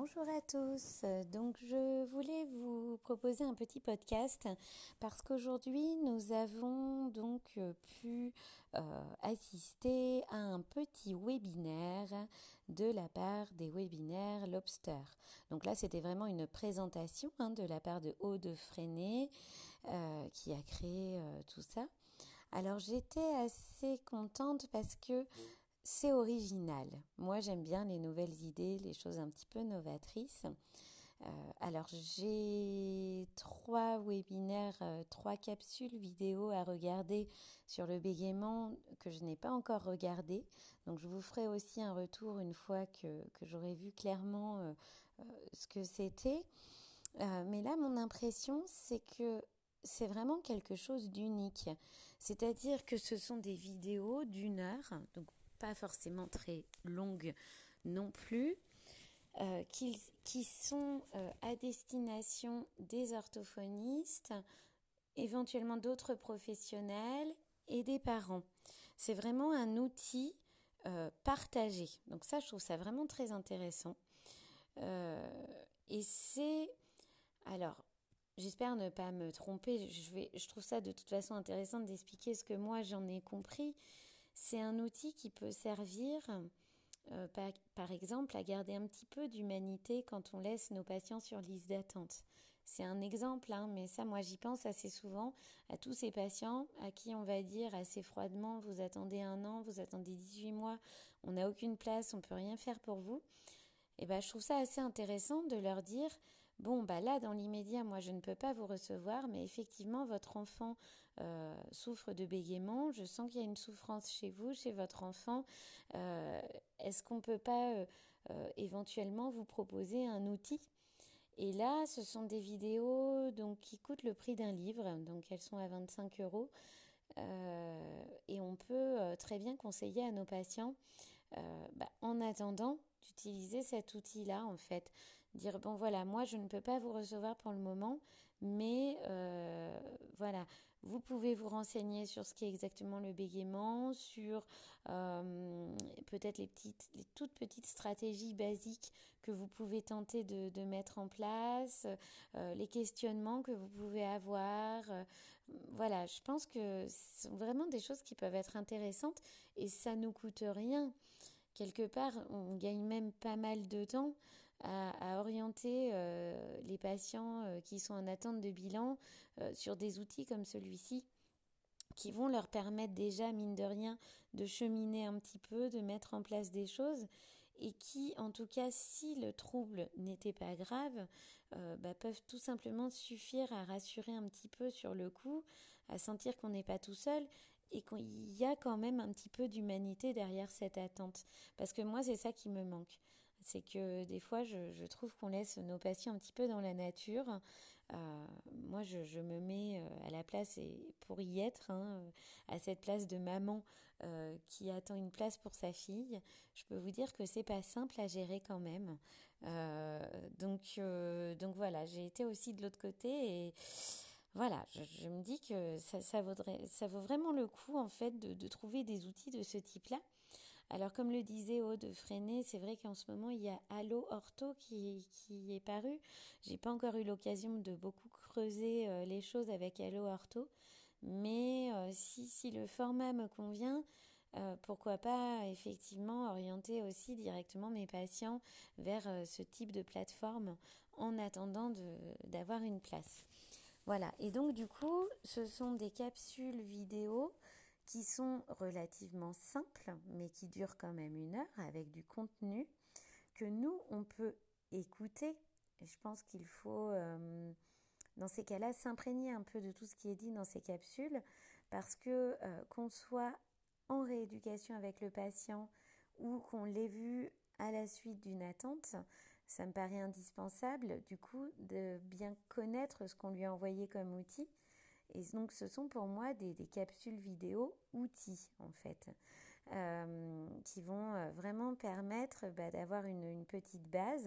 Bonjour à tous. Donc je voulais vous proposer un petit podcast parce qu'aujourd'hui nous avons donc pu assister à un petit webinaire de la part des webinaires Lobster. Donc là c'était vraiment une présentation de la part de Aude Freinet qui a créé tout ça. Alors j'étais assez contente parce que c'est original. Moi, j'aime bien les nouvelles idées, les choses un petit peu novatrices. Alors, j'ai 3 webinaires, 3 capsules vidéo à regarder sur le bégaiement que je n'ai pas encore regardé. Donc, je vous ferai aussi un retour une fois que j'aurai vu clairement ce que c'était. Mais là, mon impression, c'est que c'est vraiment quelque chose d'unique. C'est-à-dire que ce sont des vidéos d'1 heure, donc pas forcément très longues non plus, qui sont à destination des orthophonistes, éventuellement d'autres professionnels et des parents. C'est vraiment un outil partagé. Donc ça, je trouve ça vraiment très intéressant. Et c'est... Alors, j'espère ne pas me tromper. Je trouve ça de toute façon intéressant d'expliquer ce que moi j'en ai compris. C'est un outil qui peut servir, par exemple, à garder un petit peu d'humanité quand on laisse nos patients sur liste d'attente. C'est un exemple, mais ça, moi, j'y pense assez souvent à tous ces patients à qui on va dire assez froidement, vous attendez 1 an, vous attendez 18 mois, on n'a aucune place, on ne peut rien faire pour vous. Et je trouve ça assez intéressant de leur dire, bon, là, dans l'immédiat, moi, je ne peux pas vous recevoir, mais effectivement, votre enfant souffre de bégaiement. Je sens qu'il y a une souffrance chez vous, chez votre enfant. Est-ce qu'on ne peut pas éventuellement vous proposer un outil ? Et là, ce sont des vidéos donc, qui coûtent le prix d'un livre, donc elles sont à 25 euros. Et on peut très bien conseiller à nos patients, en attendant d'utiliser cet outil-là, en fait. Dire, bon voilà, moi je ne peux pas vous recevoir pour le moment, mais voilà, vous pouvez vous renseigner sur ce qu'est exactement le bégaiement, sur peut-être les toutes petites stratégies basiques que vous pouvez tenter de mettre en place, les questionnements que vous pouvez avoir. Voilà, je pense que ce sont vraiment des choses qui peuvent être intéressantes et ça ne nous coûte rien. Quelque part, on gagne même pas mal de temps à orienter les patients qui sont en attente de bilan sur des outils comme celui-ci qui vont leur permettre déjà, mine de rien, de cheminer un petit peu, de mettre en place des choses et qui, en tout cas, si le trouble n'était pas grave, peuvent tout simplement suffire à rassurer un petit peu sur le coup, à sentir qu'on n'est pas tout seul et qu'il y a quand même un petit peu d'humanité derrière cette attente. Parce que moi, c'est ça qui me manque. C'est que des fois, je trouve qu'on laisse nos patients un petit peu dans la nature. Moi, je me mets à la place, et pour y être, à cette place de maman qui attend une place pour sa fille, je peux vous dire que c'est pas simple à gérer quand même. Donc voilà, j'ai été aussi de l'autre côté et voilà, je me dis que ça vaut vraiment le coup en fait de trouver des outils de ce type-là. Alors comme le disait Aude Freinet, c'est vrai qu'en ce moment il y a Allo Ortho qui est paru. J'ai pas encore eu l'occasion de beaucoup creuser les choses avec Allo Ortho, mais si le format me convient, pourquoi pas effectivement orienter aussi directement mes patients vers ce type de plateforme en attendant d'avoir une place. Voilà, et donc du coup, ce sont des capsules vidéo qui sont relativement simples, mais qui durent quand même 1 heure avec du contenu que nous, on peut écouter. Et je pense qu'il faut, dans ces cas-là, s'imprégner un peu de tout ce qui est dit dans ces capsules, parce que qu'on soit en rééducation avec le patient ou qu'on l'ait vu à la suite d'une attente, ça me paraît indispensable, du coup, de bien connaître ce qu'on lui a envoyé comme outil. Et donc, ce sont pour moi des capsules vidéo outils, en fait, qui vont vraiment permettre d'avoir une petite base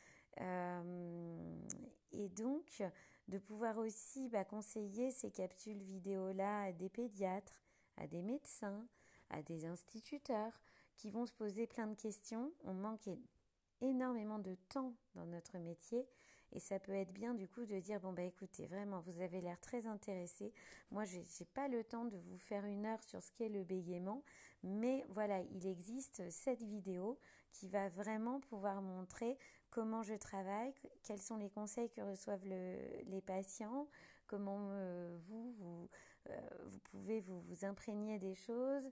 et donc de pouvoir aussi conseiller ces capsules vidéo-là à des pédiatres, à des médecins, à des instituteurs qui vont se poser plein de questions. On manque énormément de temps dans notre métier. Et ça peut être bien du coup de dire, bon bah écoutez, vraiment, vous avez l'air très intéressé. Moi, j'ai pas le temps de vous faire 1 heure sur ce qu'est le bégaiement. Mais voilà, il existe cette vidéo qui va vraiment pouvoir montrer comment je travaille, quels sont les conseils que reçoivent les patients, comment vous pouvez vous imprégner des choses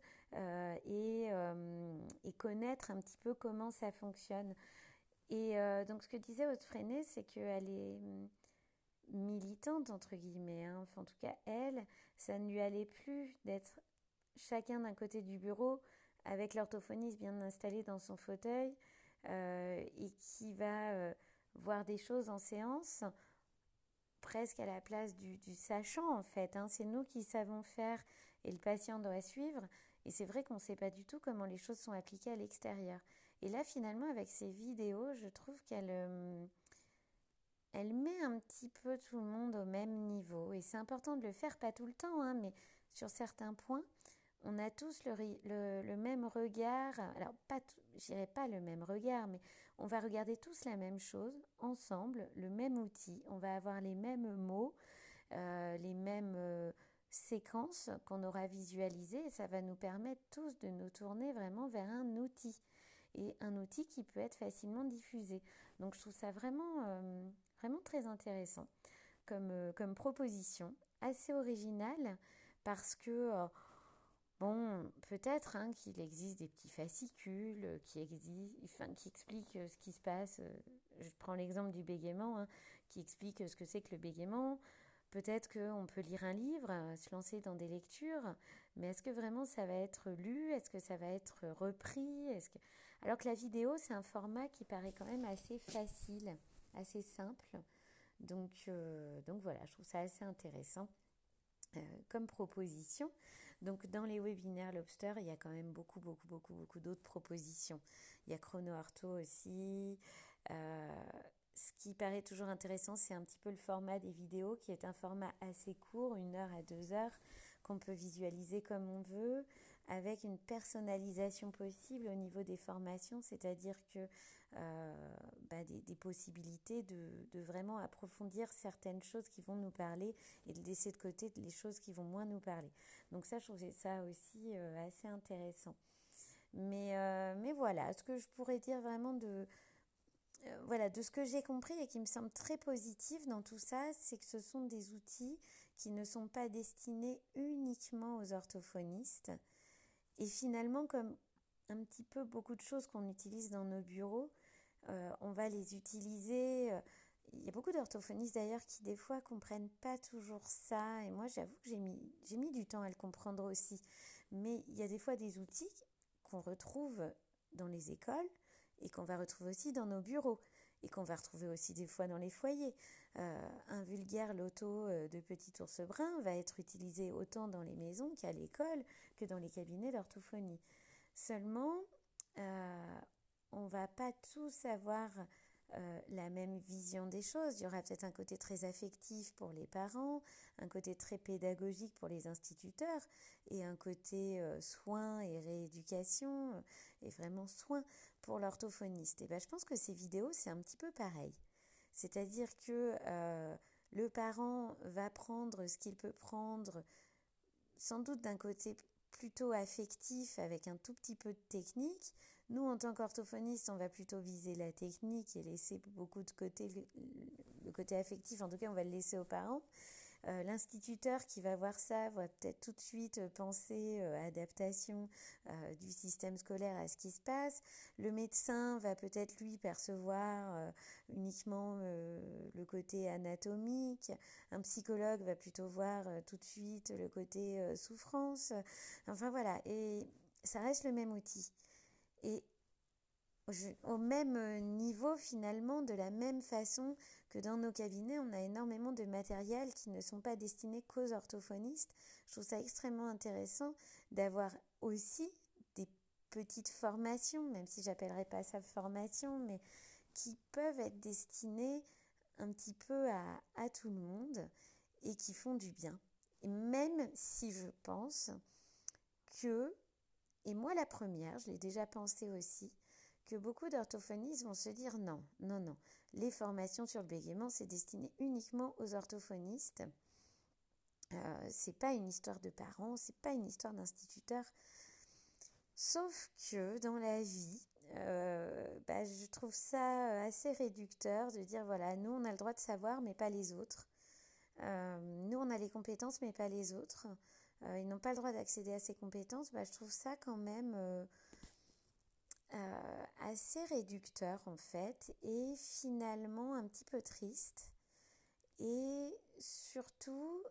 et connaître un petit peu comment ça fonctionne. Et donc ce que disait Aude Freinet, c'est qu'elle est militante, entre guillemets. Hein. Enfin, en tout cas, elle, ça ne lui allait plus d'être chacun d'un côté du bureau avec l'orthophoniste bien installé dans son fauteuil et qui va voir des choses en séance presque à la place du sachant en fait. Hein. C'est nous qui savons faire et le patient doit suivre. Et c'est vrai qu'on ne sait pas du tout comment les choses sont appliquées à l'extérieur. Et là, finalement, avec ces vidéos, je trouve elle met un petit peu tout le monde au même niveau. Et c'est important de le faire, pas tout le temps, hein, mais sur certains points, on a tous le même regard. Alors, je dirais pas le même regard, mais on va regarder tous la même chose ensemble, le même outil. On va avoir les mêmes mots, les mêmes séquences qu'on aura visualisées. Et ça va nous permettre tous de nous tourner vraiment vers un outil. Et un outil qui peut être facilement diffusé. Donc, je trouve ça vraiment très intéressant comme proposition, assez originale, parce que bon, peut-être hein, qu'il existe des petits fascicules qui expliquent ce qui se passe. Je prends l'exemple du bégaiement, hein, qui explique ce que c'est que le bégaiement. Peut-être qu'on peut lire un livre, se lancer dans des lectures, mais est-ce que vraiment ça va être lu? Est-ce que ça va être repris? Alors que la vidéo, c'est un format qui paraît quand même assez facile, assez simple. Donc voilà, je trouve ça assez intéressant comme proposition. Donc dans les webinaires Lobster, il y a quand même beaucoup d'autres propositions. Il y a ChronoArto aussi. Ce qui paraît toujours intéressant, c'est un petit peu le format des vidéos, qui est un format assez court, 1 heure à 2 heures, qu'on peut visualiser comme on veut, avec une personnalisation possible au niveau des formations, c'est-à-dire que des possibilités de vraiment approfondir certaines choses qui vont nous parler et de laisser de côté les choses qui vont moins nous parler. Donc ça, je trouvais ça aussi assez intéressant. Mais voilà, ce que je pourrais dire vraiment de ce que j'ai compris et qui me semble très positif dans tout ça, c'est que ce sont des outils qui ne sont pas destinés uniquement aux orthophonistes. Et finalement, comme un petit peu beaucoup de choses qu'on utilise dans nos bureaux, on va les utiliser. Il y a beaucoup d'orthophonistes d'ailleurs qui des fois comprennent pas toujours ça. Et moi, j'avoue que j'ai mis du temps à le comprendre aussi. Mais il y a des fois des outils qu'on retrouve dans les écoles et qu'on va retrouver aussi dans nos bureaux et qu'on va retrouver aussi des fois dans les foyers. Un vulgaire loto de petit ours brun va être utilisé autant dans les maisons qu'à l'école que dans les cabinets d'orthophonie. Seulement, on ne va pas tous avoir la même vision des choses. Il y aura peut-être un côté très affectif pour les parents, un côté très pédagogique pour les instituteurs et un côté soins et rééducation et vraiment soins pour l'orthophoniste. Et je pense que ces vidéos, c'est un petit peu pareil. C'est-à-dire que le parent va prendre ce qu'il peut prendre sans doute d'un côté plutôt affectif avec un tout petit peu de technique. Nous, en tant qu'orthophonistes, on va plutôt viser la technique et laisser beaucoup de côté le côté affectif. En tout cas, on va le laisser aux parents. L'instituteur qui va voir ça va peut-être tout de suite penser adaptation du système scolaire à ce qui se passe. Le médecin va peut-être lui percevoir uniquement le côté anatomique. Un psychologue va plutôt voir tout de suite le côté souffrance. Enfin voilà, et ça reste le même outil. Et au même niveau finalement, de la même façon que dans nos cabinets, on a énormément de matériel qui ne sont pas destinés qu'aux orthophonistes. Je trouve ça extrêmement intéressant d'avoir aussi des petites formations, même si j'appellerais pas ça formation, mais qui peuvent être destinées un petit peu à tout le monde et qui font du bien. Et même si je pense que, et moi la première, je l'ai déjà pensé aussi, que beaucoup d'orthophonistes vont se dire non, non, non. Les formations sur le bégaiement, c'est destiné uniquement aux orthophonistes. C'est pas une histoire de parents, c'est pas une histoire d'instituteurs. Sauf que dans la vie, je trouve ça assez réducteur de dire voilà, nous on a le droit de savoir, mais pas les autres. Nous on a les compétences, mais pas les autres. Ils n'ont pas le droit d'accéder à ces compétences. Je trouve ça quand même assez réducteur en fait, et finalement un petit peu triste. Et surtout,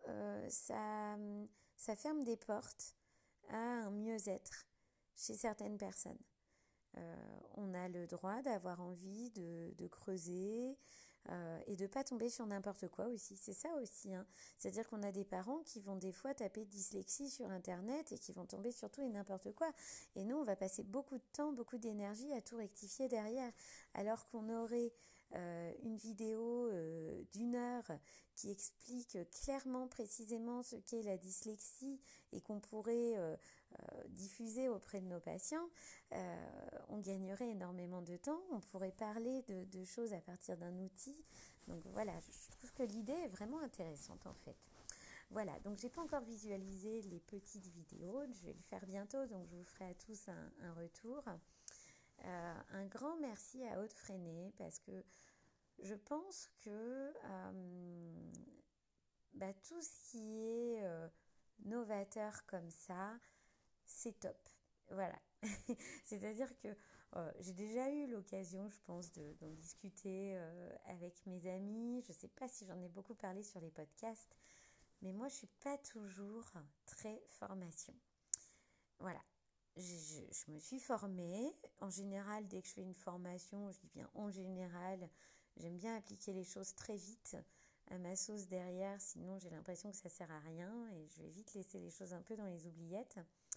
ça ferme des portes à un mieux-être chez certaines personnes. On a le droit d'avoir envie de creuser et de ne pas tomber sur n'importe quoi aussi. C'est ça aussi. C'est-à-dire qu'on a des parents qui vont des fois taper dyslexie sur Internet et qui vont tomber sur tout et n'importe quoi. Et nous, on va passer beaucoup de temps, beaucoup d'énergie à tout rectifier derrière. Alors qu'on aurait une vidéo d'1 heure qui explique clairement, précisément ce qu'est la dyslexie et qu'on pourrait diffuser auprès de nos patients, on gagnerait énormément de temps, on pourrait parler de choses à partir d'un outil. Donc voilà, je trouve que l'idée est vraiment intéressante en fait. Voilà, donc j'ai pas encore visualisé les petites vidéos, je vais le faire bientôt, donc je vous ferai à tous un retour. Un grand merci à Aude Freinet parce que je pense que tout ce qui est novateur comme ça, c'est top. Voilà. C'est-à-dire que j'ai déjà eu l'occasion, je pense, d'en discuter avec mes amis. Je ne sais pas si j'en ai beaucoup parlé sur les podcasts, mais moi, je ne suis pas toujours très formation. Voilà. Je me suis formée. En général, dès que je fais une formation, je dis bien en général, j'aime bien appliquer les choses très vite à ma sauce derrière, sinon j'ai l'impression que ça ne sert à rien et je vais vite laisser les choses un peu dans les oubliettes.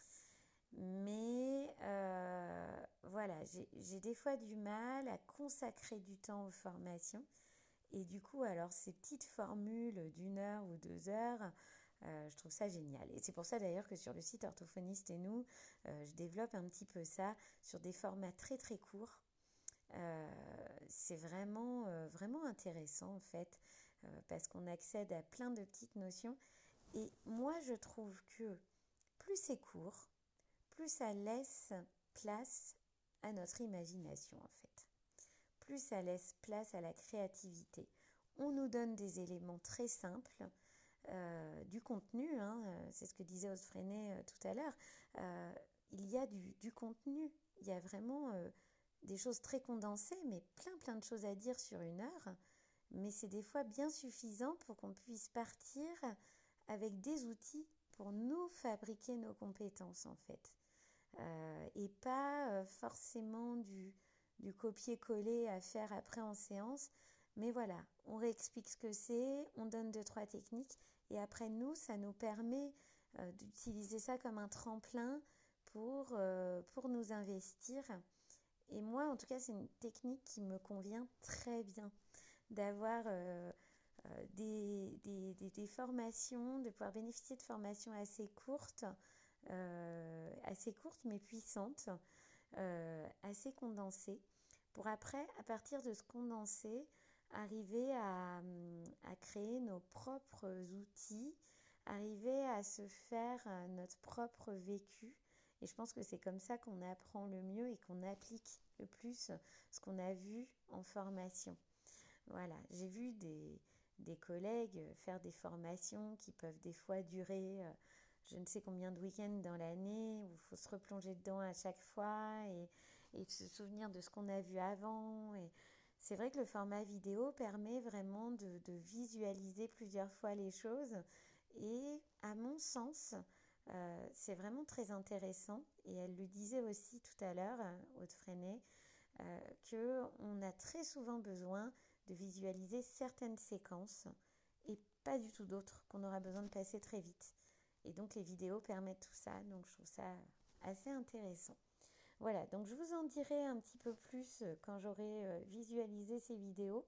Mais voilà, j'ai des fois du mal à consacrer du temps aux formations. Et du coup, alors ces petites formules d'1 heure ou 2 heures, je trouve ça génial. Et c'est pour ça d'ailleurs que sur le site Orthophoniste et nous, je développe un petit peu ça sur des formats très très courts. C'est vraiment intéressant en fait, parce qu'on accède à plein de petites notions. Et moi, je trouve que plus c'est court, plus ça laisse place à notre imagination en fait. Plus ça laisse place à la créativité. On nous donne des éléments très simples, du contenu, c'est ce que disait Aude Freinet tout à l'heure. Il y a du contenu, il y a vraiment des choses très condensées, mais plein de choses à dire sur 1 heure. Mais c'est des fois bien suffisant pour qu'on puisse partir avec des outils pour nous fabriquer nos compétences en fait. Et pas forcément du copier-coller à faire après en séance. Mais voilà, on réexplique ce que c'est, on donne 2-3 techniques et après nous, ça nous permet d'utiliser ça comme un tremplin pour nous investir. Et moi, en tout cas, c'est une technique qui me convient très bien d'avoir des formations, de pouvoir bénéficier de formations assez courtes mais puissantes, assez condensées, pour après, à partir de ce condensé, arriver à créer nos propres outils, arriver à se faire notre propre vécu. Et je pense que c'est comme ça qu'on apprend le mieux et qu'on applique le plus ce qu'on a vu en formation. Voilà, j'ai vu des collègues faire des formations qui peuvent des fois durer je ne sais combien de week-ends dans l'année, où il faut se replonger dedans à chaque fois et se souvenir de ce qu'on a vu avant. Et c'est vrai que le format vidéo permet vraiment de visualiser plusieurs fois les choses. Et à mon sens, c'est vraiment très intéressant. Et elle le disait aussi tout à l'heure, Aude Freinet, qu'on a très souvent besoin de visualiser certaines séquences et pas du tout d'autres qu'on aura besoin de passer très vite. Et donc les vidéos permettent tout ça, donc je trouve ça assez intéressant. Voilà, donc je vous en dirai un petit peu plus quand j'aurai visualisé ces vidéos.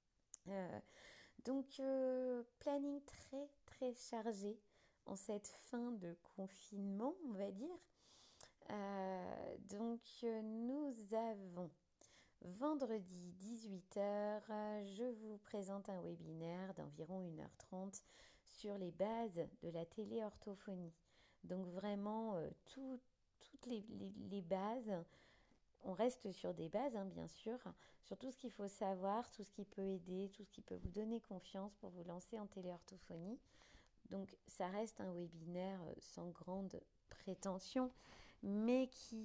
Donc planning très très chargé en cette fin de confinement, on va dire. Nous avons vendredi 18h, je vous présente un webinaire d'environ 1h30 sur les bases de la téléorthophonie. Donc vraiment, toutes les bases, on reste sur des bases, hein, bien sûr, sur tout ce qu'il faut savoir, tout ce qui peut aider, tout ce qui peut vous donner confiance pour vous lancer en téléorthophonie. Donc ça reste un webinaire sans grande prétention, mais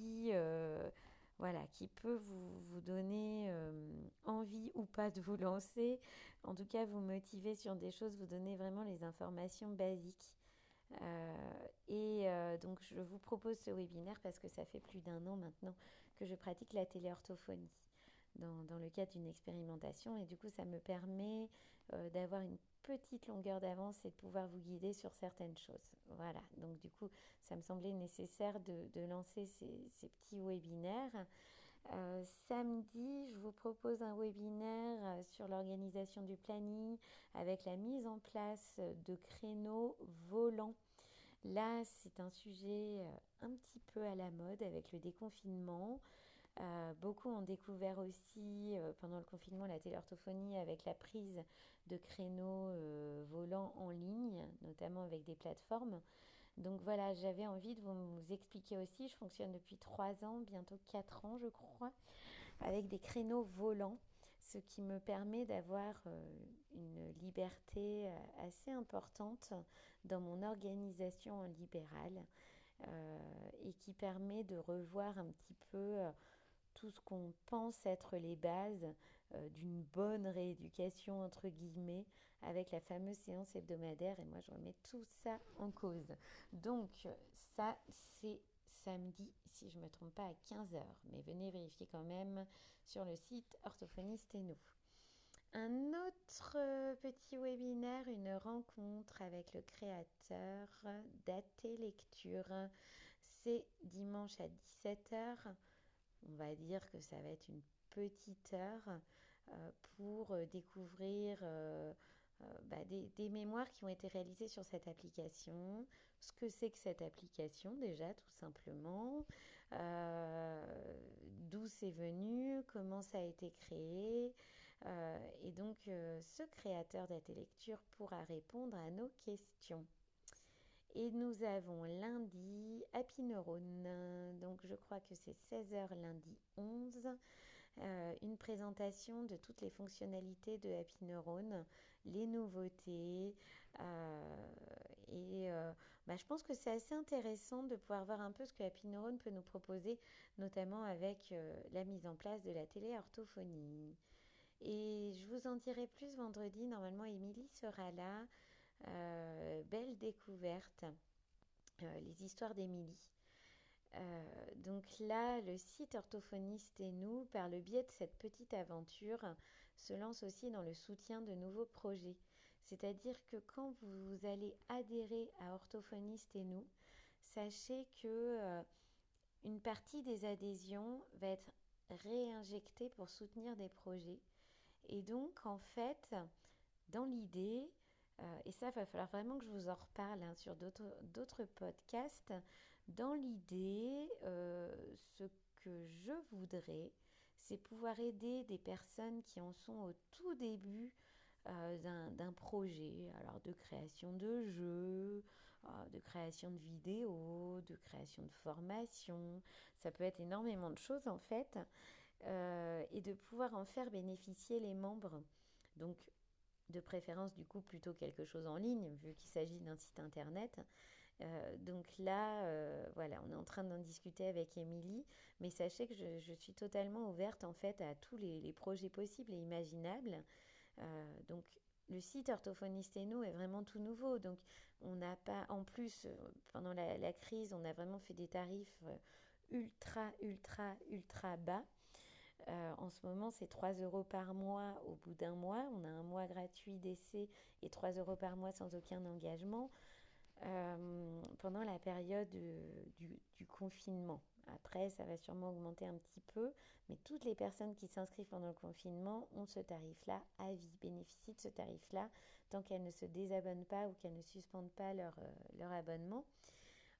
qui peut vous donner envie ou pas de vous lancer, en tout cas vous motiver sur des choses, vous donner vraiment les informations basiques. Donc je vous propose ce webinaire parce que ça fait plus d'1 an maintenant que je pratique la téléorthophonie dans le cadre d'une expérimentation, et du coup ça me permet d'avoir une petite longueur d'avance et de pouvoir vous guider sur certaines choses. Voilà, donc du coup ça me semblait nécessaire de lancer ces petits webinaires. Samedi, je vous propose un webinaire sur l'organisation du planning avec la mise en place de créneaux volants. Là, c'est un sujet un petit peu à la mode avec le déconfinement. Beaucoup ont découvert aussi pendant le confinement la téléorthophonie avec la prise de créneaux volants en ligne, notamment avec des plateformes. Donc voilà, j'avais envie de vous expliquer aussi. Je fonctionne depuis 3 ans, bientôt 4 ans je crois, avec des créneaux volants, ce qui me permet d'avoir une liberté assez importante dans mon organisation en libéral, et qui permet de revoir un petit peu tout ce qu'on pense être les bases d'une bonne rééducation entre guillemets, avec la fameuse séance hebdomadaire, et moi je remets tout ça en cause. Donc ça c'est samedi, si je ne me trompe pas, à 15h, mais venez vérifier quand même sur le site Orthophoniste et nous. Un autre petit webinaire, une rencontre avec le créateur d'AT Lecture, c'est dimanche à 17h. On va dire que ça va être une petite heure pour découvrir des mémoires qui ont été réalisées sur cette application, ce que c'est que cette application déjà tout simplement, d'où c'est venu, comment ça a été créé. Et donc ce créateur d'Atelecture pourra répondre à nos questions. Et nous avons lundi Happy Neurone, donc je crois que c'est 16h lundi 11, une présentation de toutes les fonctionnalités de Happy Neurone, les nouveautés, je pense que c'est assez intéressant de pouvoir voir un peu ce que Happy Neurone peut nous proposer, notamment avec la mise en place de la téléorthophonie. Et je vous en dirai plus vendredi, normalement Émilie sera là. Belle découverte, les histoires d'Émilie. Donc là, le site Orthophoniste et nous, par le biais de cette petite aventure, se lance aussi dans le soutien de nouveaux projets. C'est-à-dire que quand vous allez adhérer à Orthophoniste et nous, sachez que une partie des adhésions va être réinjectée pour soutenir des projets. Et donc, en fait, dans l'idée, et ça, va falloir vraiment que je vous en reparle sur d'autres podcasts. Dans l'idée, ce que je voudrais, c'est pouvoir aider des personnes qui en sont au tout début d'un projet, alors de création de jeux, de création de vidéos, de création de formation. Ça peut être énormément de choses en fait, et de pouvoir en faire bénéficier les membres. Donc, de préférence du coup plutôt quelque chose en ligne vu qu'il s'agit d'un site internet. Donc là, voilà, on est en train d'en discuter avec Émilie, mais sachez que je suis totalement ouverte en fait à tous les projets possibles et imaginables. Donc le site Orthophoniste et nous est vraiment tout nouveau, donc on n'a pas, en plus pendant la crise, on a vraiment fait des tarifs ultra bas. En ce moment, c'est 3 euros par mois au bout d'un mois. On a un mois gratuit d'essai et 3 euros par mois sans aucun engagement pendant la période du confinement. Après, ça va sûrement augmenter un petit peu, mais toutes les personnes qui s'inscrivent pendant le confinement ont ce tarif-là à vie, bénéficient de ce tarif-là tant qu'elles ne se désabonnent pas ou qu'elles ne suspendent pas leur abonnement.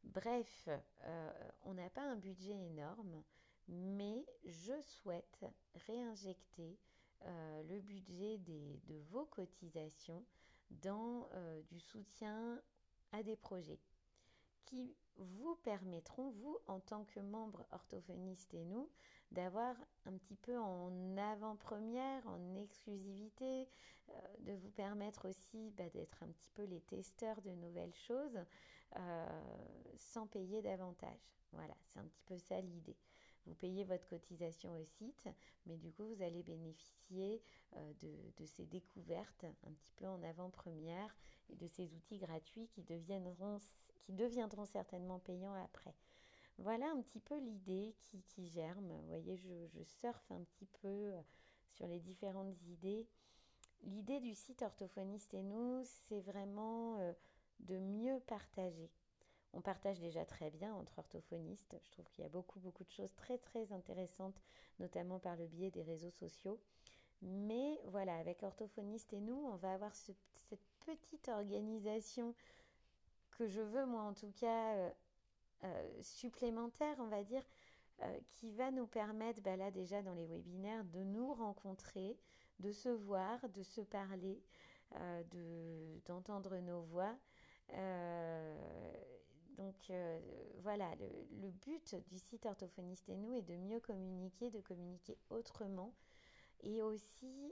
Bref, on n'a pas un budget énorme, mais je souhaite réinjecter le budget de vos cotisations dans du soutien à des projets qui vous permettront, vous, en tant que membre orthophoniste et nous, d'avoir un petit peu en avant-première, en exclusivité, de vous permettre aussi d'être un petit peu les testeurs de nouvelles choses sans payer davantage. Voilà, c'est un petit peu ça l'idée. Vous payez votre cotisation au site, mais du coup, vous allez bénéficier de ces découvertes un petit peu en avant-première et de ces outils gratuits qui deviendront certainement payants après. Voilà un petit peu l'idée qui germe. Vous voyez, je surfe un petit peu sur les différentes idées. L'idée du site Orthophoniste et nous, c'est vraiment de mieux partager. On partage déjà très bien entre orthophonistes. Je trouve qu'il y a beaucoup, beaucoup de choses très, très intéressantes, notamment par le biais des réseaux sociaux. Mais voilà, avec Orthophoniste et nous, on va avoir cette petite organisation que je veux, moi en tout cas, supplémentaire, on va dire, qui va nous permettre, là déjà dans les webinaires, de nous rencontrer, de se voir, de se parler, d'entendre nos voix. Euh, voilà, le but du site Orthophoniste et nous est de mieux communiquer, de communiquer autrement et aussi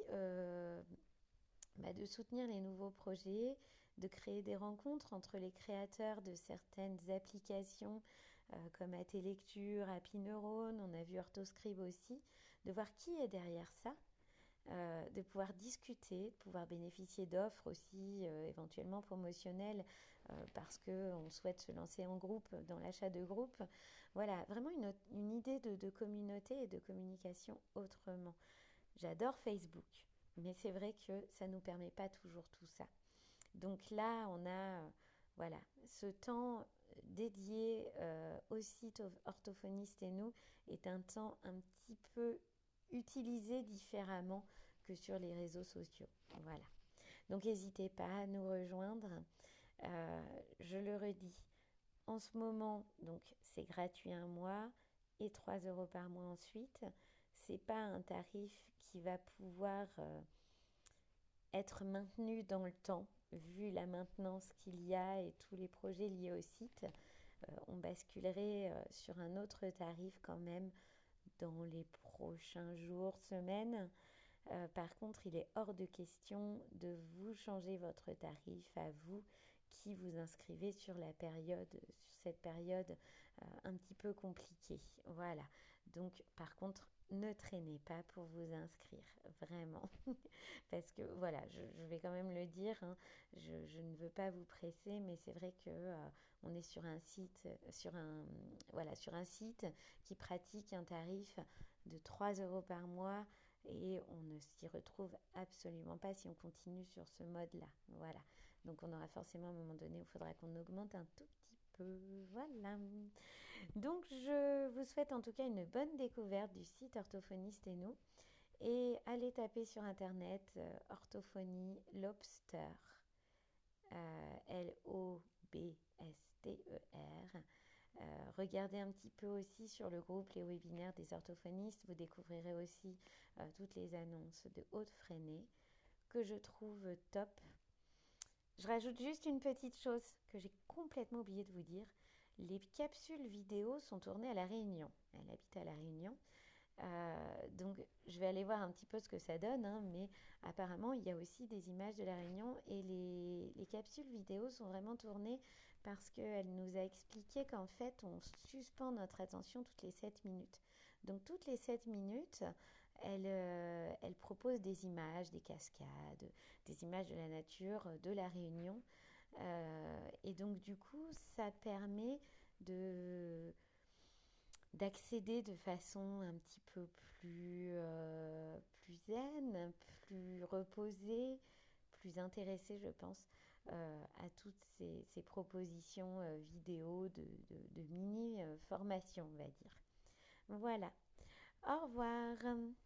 de soutenir les nouveaux projets, de créer des rencontres entre les créateurs de certaines applications comme Atelecture, Happy Neurone, on a vu Orthoscribe aussi, de voir qui est derrière ça, de pouvoir discuter, de pouvoir bénéficier d'offres aussi éventuellement promotionnelles parce qu'on souhaite se lancer en groupe dans l'achat de groupe. Voilà, vraiment une idée de communauté et de communication autrement. J'adore Facebook, mais c'est vrai que ça ne nous permet pas toujours tout ça. Donc là, on a voilà, ce temps dédié au site orthophoniste et nous est un temps un petit peu utilisé différemment que sur les réseaux sociaux. Voilà. Donc n'hésitez pas à nous rejoindre. Je le redis, en ce moment, donc c'est gratuit un mois et 3 euros par mois ensuite. C'est pas un tarif qui va pouvoir être maintenu dans le temps, vu la maintenance qu'il y a et tous les projets liés au site. On basculerait sur un autre tarif quand même dans les prochains jours, semaines. Par contre, il est hors de question de vous changer votre tarif à vous qui vous inscrivez sur cette période un petit peu compliquée. Voilà. Donc, par contre, ne traînez pas pour vous inscrire, vraiment. Parce que voilà, je vais quand même le dire, hein, je ne veux pas vous presser, mais c'est vrai que on est sur un site, sur un site qui pratique un tarif de 3 euros par mois et on ne s'y retrouve absolument pas si on continue sur ce mode-là. Voilà. Donc on aura forcément à un moment donné où il faudra qu'on augmente un tout petit peu. Voilà. Donc je vous souhaite en tout cas une bonne découverte du site Orthophoniste et nous. Et allez taper sur internet orthophonie lobster, Lobster. Regardez un petit peu aussi sur le groupe les webinaires des orthophonistes. Vous découvrirez aussi toutes les annonces de Aude Freinet que je trouve top. Je rajoute juste une petite chose que j'ai complètement oublié de vous dire. Les capsules vidéo sont tournées à La Réunion. Elle habite à La Réunion. Donc je vais aller voir un petit peu ce que ça donne, hein, mais apparemment il y a aussi des images de La Réunion et les capsules vidéo sont vraiment tournées parce qu'elle nous a expliqué qu'en fait on suspend notre attention toutes les 7 minutes. Donc toutes les 7 minutes, elle propose des images, des cascades, des images de la nature de La Réunion. Et donc du coup ça permet d'accéder de façon un petit peu plus zen, plus reposée, plus intéressée, je pense, à toutes ces propositions vidéo de mini-formation, on va dire. Voilà. Au revoir.